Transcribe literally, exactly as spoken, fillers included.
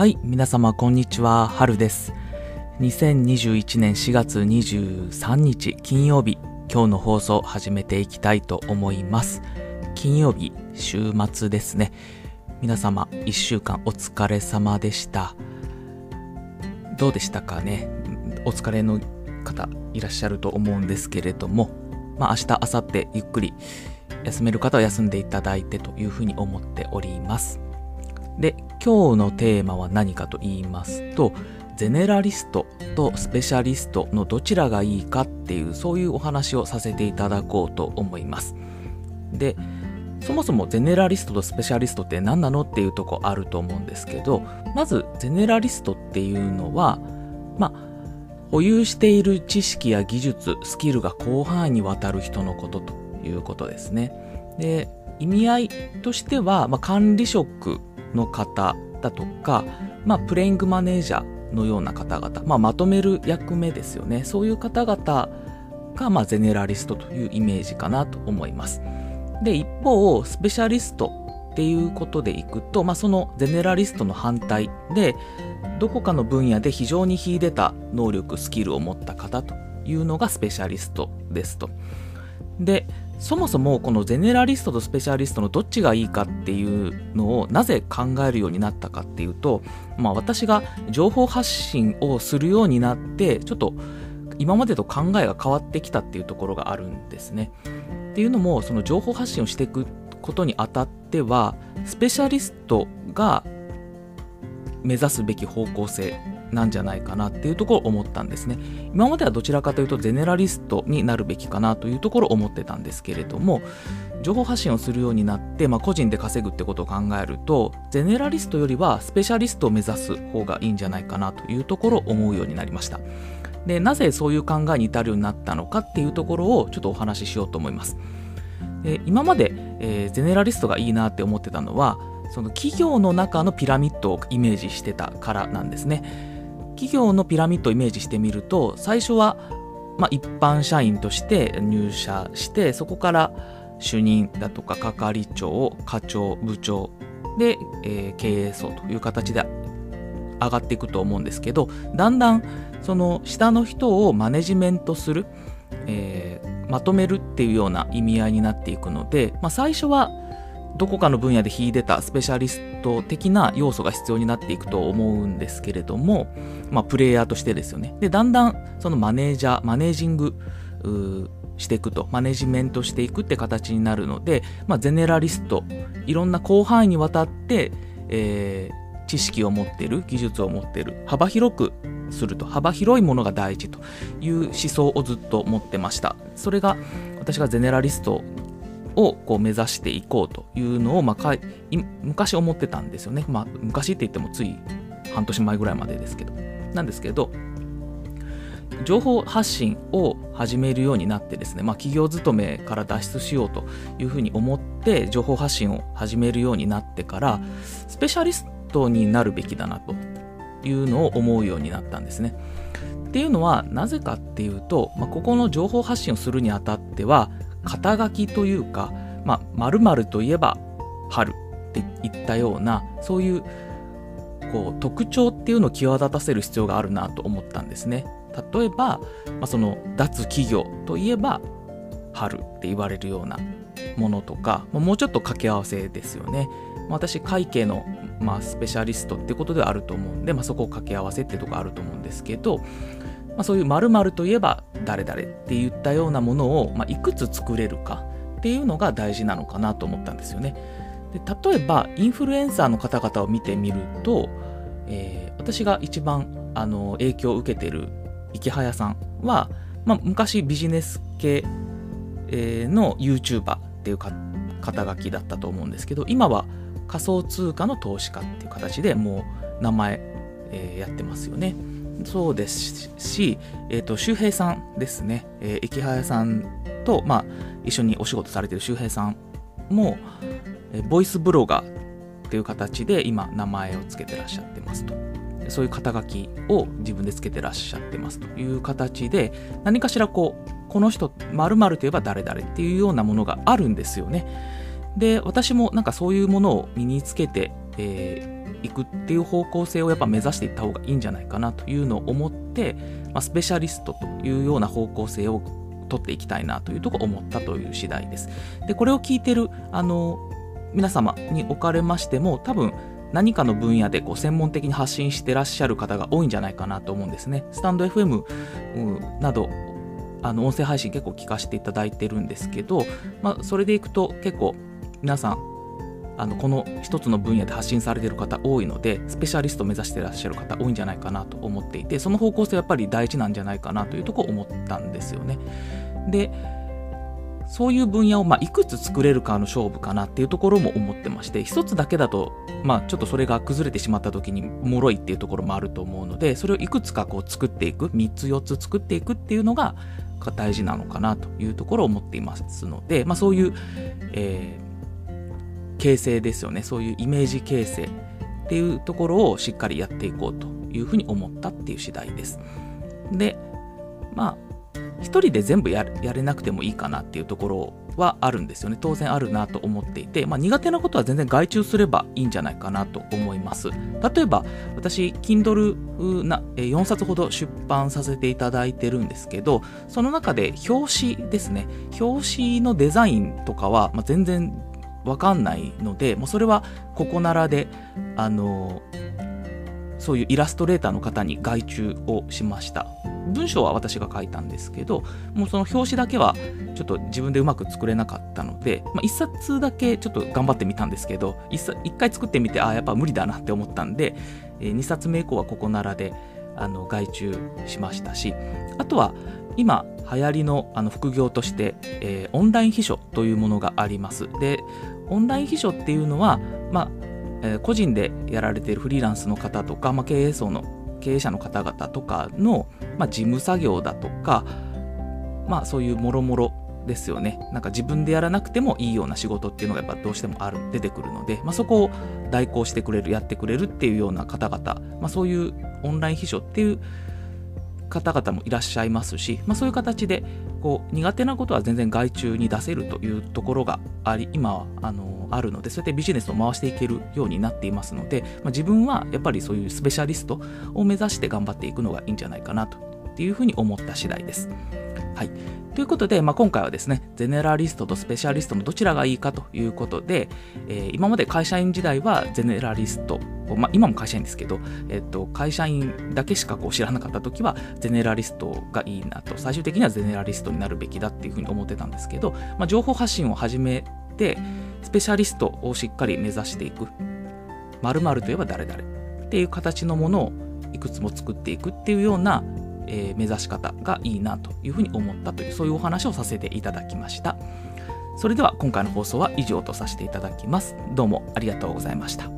はい、皆様こんにちは、はるです。にせんにじゅういちねんしがつにじゅうさんにち金曜日、今日の放送始めていきたいと思います。金曜日、週末ですね。皆様いっしゅうかんお疲れ様でした。どうでしたかね。お疲れの方いらっしゃると思うんですけれども、まあ明日明後日ゆっくり休める方は休んでいただいてというふうに思っております。で、今日のテーマは何かと言いますと、ゼネラリストとスペシャリストのどちらがいいかっていう、そういうお話をさせていただこうと思います。で、そもそもゼネラリストとスペシャリストって何なのっていうとこあると思うんですけど、まずゼネラリストっていうのは、まあ保有している知識や技術、スキルが広範囲にわたる人のことということですね。で、意味合いとしては、まあ、管理職の方だとか、まあ、プレイングマネージャーのような方々、まあ、まとめる役目ですよね。そういう方々が、まあ、ゼネラリストというイメージかなと思います。で、一方、スペシャリストっていうことでいくと、まあ、そのゼネラリストの反対で、どこかの分野で非常に秀でた能力、スキルを持った方というのがスペシャリストですと。で、そもそもこのゼネラリストとスペシャリストのどっちがいいかっていうのをなぜ考えるようになったかっていうと、まあ私が情報発信をするようになって、ちょっと今までと考えが変わってきたっていうところがあるんですね。っていうのも、その情報発信をしていくことにあたっては、スペシャリストが目指すべき方向性なんじゃないかなっていうところを思ったんですね。今まではどちらかというとゼネラリストになるべきかなというところを思ってたんですけれども、情報発信をするようになって、まあ、個人で稼ぐってことを考えると、ゼネラリストよりはスペシャリストを目指す方がいいんじゃないかなというところを思うようになりました。で、なぜそういう考えに至るようになったのかっていうところをちょっとお話ししようと思います。で、今まで、えー、ゼネラリストがいいなって思ってたのは、その企業の中のピラミッドをイメージしてたからなんですね。企業のピラミッドをイメージしてみると、最初は、まあ、一般社員として入社して、そこから主任だとか係長、課長、部長で、えー、経営層という形で上がっていくと思うんですけど、だんだんその下の人をマネジメントする、えー、まとめるっていうような意味合いになっていくので、まあ、最初はどこかの分野で秀でたスペシャリスト的な要素が必要になっていくと思うんですけれども、まあ、プレイヤーとしてですよね。で、だんだんそのマネージャー、マネージングしていくと、マネジメントしていくって形になるので、まあ、ゼネラリスト、いろんな広範囲にわたって、えー、知識を持っている、技術を持っている、幅広くすると、幅広いものが大事という思想をずっと持ってました。それが私がゼネラリストをこう目指していこうというのを、まあ、かい昔思ってたんですよね。まあ、昔って言ってもつい半年前ぐらいまでですけど。なんですけど、情報発信を始めるようになってですね、まあ、企業勤めから脱出しようというふうに思って情報発信を始めるようになってから、スペシャリストになるべきだなというのを思うようになったんですね。っていうのはなぜかっていうと、まあ、ここの情報発信をするにあたっては、肩書きというか、まあ、〇〇といえば春っていったような、そういう、こう特徴っていうのを際立たせる必要があるなと思ったんですね。例えば、まあ、その脱企業といえば春って言われるようなものとか、もうちょっと掛け合わせですよね。私、会計の、まあ、スペシャリストってことではあると思うんで、まあ、そこを掛け合わせってとこあると思うんですけど、まあ、そういう〇〇といえば誰々っていったようなものを、まあ、いくつ作れるかっていうのが大事なのかなと思ったんですよね。で、例えばインフルエンサーの方々を見てみると、えー、私が一番あの影響を受けている池早さんは、まあ、昔ビジネス系、えー、の YouTuber っていうか肩書きだったと思うんですけど、今は仮想通貨の投資家っていう形でもう名前、えー、やってますよね。そうですし、えーと、周平さんですね、えー、池早さんと、まあ、一緒にお仕事されている周平さんも、えー、ボイスブロガーっていう形で今名前を付けてらっしゃってますと。そういう肩書きを自分で付けてらっしゃってますという形で、何かしらこう、この人〇〇といえば誰々っていうようなものがあるんですよね。で、私もなんかそういうものを身につけて、えーいくっていう方向性をやっぱ目指していった方がいいんじゃないかなというのを思って、まあ、スペシャリストというような方向性を取っていきたいなというところを思ったという次第です。で、これを聞いてるあの皆様におかれましても、多分何かの分野でこう専門的に発信してらっしゃる方が多いんじゃないかなと思うんですね。スタンド エフエム などあの音声配信結構聞かせていただいてるんですけど、まあ、それでいくと結構皆さんあのこの一つの分野で発信されている方多いので、スペシャリストを目指していらっしゃる方多いんじゃないかなと思っていて、その方向性はやっぱり大事なんじゃないかなというところを思ったんですよね。で、そういう分野をまあいくつ作れるかの勝負かなっていうところも思ってまして、一つだけだとまあちょっとそれが崩れてしまった時に脆いっていうところもあると思うので、それをいくつかこう作っていく、みっつよっつ作っていくっていうのが大事なのかなというところを思っていますので、まあそういう、えー形成ですよね。そういうイメージ形成っていうところをしっかりやっていこうというふうに思ったっていう次第です。で、まあ一人で全部 や, やれなくてもいいかなっていうところはあるんですよね。当然あるなと思っていて、まあ、苦手なことは全然外注すればいいんじゃないかなと思います。例えば私 Kindle なよんさつほど出版させていただいてるんですけど、その中で表紙ですね、表紙のデザインとかは、まあ、全然わかんないので、もうそれはここならであのそういうイラストレーターの方に外注をしました。文章は私が書いたんですけど、もうその表紙だけはちょっと自分でうまく作れなかったので、まあ、いっさつだけちょっと頑張ってみたんですけど、いっかい作ってみて、ああやっぱ無理だなって思ったんで、えー、にさつめ以降はここならであの外注しましたし、あとは今流行り の, あの副業として、えー、オンライン秘書というものがあります。で、オンライン秘書っていうのは、まあえー、個人でやられているフリーランスの方とか、まあ、経営層の経営者の方々とかの、まあ、事務作業だとか、まあ、そういうもろもろですよね。なんか自分でやらなくてもいいような仕事っていうのがやっぱどうしてもある出てくるので、まあ、そこを代行してくれる、やってくれるっていうような方々、まあ、そういうオンライン秘書っていう方々もいらっしゃいますし、まあ、そういう形でこう苦手なことは全然外注に出せるというところがあり、今はあのあるので、そうやってビジネスを回していけるようになっていますので、まあ、自分はやっぱりそういうスペシャリストを目指して頑張っていくのがいいんじゃないかなとっていうふうに思った次第です。はい。ということで、まあ、今回はですね、ゼネラリストとスペシャリストのどちらがいいかということで、えー、今まで会社員時代はゼネラリスト、まあ、今も会社員ですけど、えっと、会社員だけしかこう知らなかったときはゼネラリストがいいなと、最終的にはゼネラリストになるべきだっていうふうに思ってたんですけど、まあ、情報発信を始めてスペシャリストをしっかり目指していく、〇〇といえば誰々っていう形のものをいくつも作っていくっていうようなえー、目指し方がいいなというふうに思ったという、そういうお話をさせていただきました。それでは今回の放送は以上とさせていただきます。どうもありがとうございました。